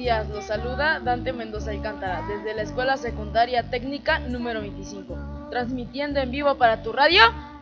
días, los saluda Dante Mendoza Alcántara desde la Escuela Secundaria Técnica número 25, transmitiendo en vivo para tu radio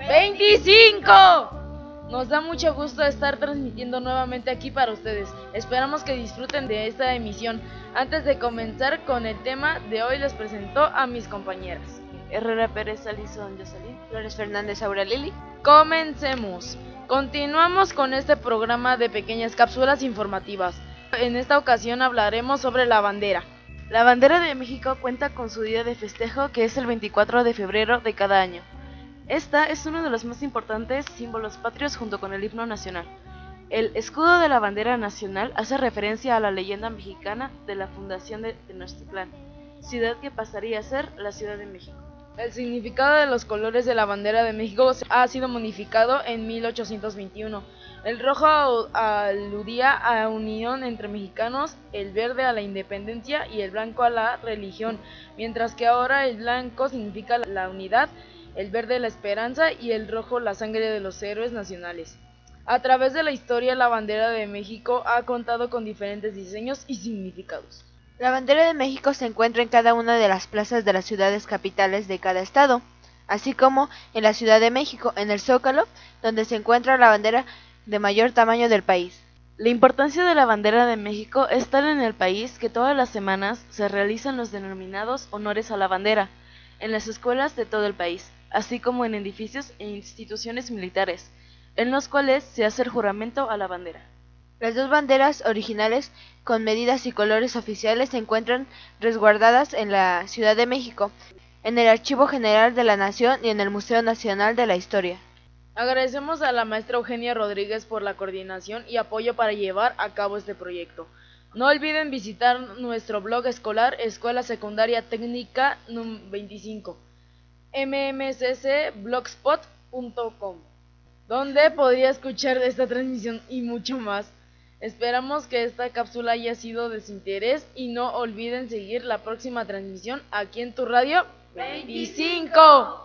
25. Nos da mucho gusto estar transmitiendo nuevamente aquí para ustedes. Esperamos que disfruten de esta emisión. Antes de comenzar con el tema de hoy, les presento a mis compañeras. Herrera Pérez, Alison Jocelyn, Flores Fernández, Aura Lili. Comencemos. Continuamos con este programa de pequeñas cápsulas informativas. En esta ocasión hablaremos sobre la bandera. La bandera de México cuenta con su día de festejo, que es el 24 de febrero de cada año. Esta es uno de los más importantes símbolos patrios junto con el himno nacional. El escudo de la bandera nacional hace referencia a la leyenda mexicana de la fundación de Tenochtitlán, ciudad que pasaría a ser la Ciudad de México. El significado de los colores de la bandera de México ha sido modificado en 1821. El rojo aludía a unión entre mexicanos, el verde a la independencia y el blanco a la religión, mientras que ahora el blanco significa la unidad, el verde la esperanza y el rojo la sangre de los héroes nacionales. A través de la historia, la bandera de México ha contado con diferentes diseños y significados. La bandera de México se encuentra en cada una de las plazas de las ciudades capitales de cada estado, así como en la Ciudad de México, en el Zócalo, donde se encuentra la bandera de mayor tamaño del país. La importancia de la bandera de México es tal en el país que todas las semanas se realizan los denominados honores a la bandera, en las escuelas de todo el país, así como en edificios e instituciones militares, en los cuales se hace el juramento a la bandera. Las dos banderas originales, con medidas y colores oficiales, se encuentran resguardadas en la Ciudad de México, en el Archivo General de la Nación y en el Museo Nacional de la Historia. Agradecemos a la maestra Eugenia Rodríguez por la coordinación y apoyo para llevar a cabo este proyecto. No olviden visitar nuestro blog escolar Escuela Secundaria Técnica 25, mmccblogspot.com, donde podría escuchar esta transmisión y mucho más. Esperamos que esta cápsula haya sido de su interés y no olviden seguir la próxima transmisión aquí en tu radio 25.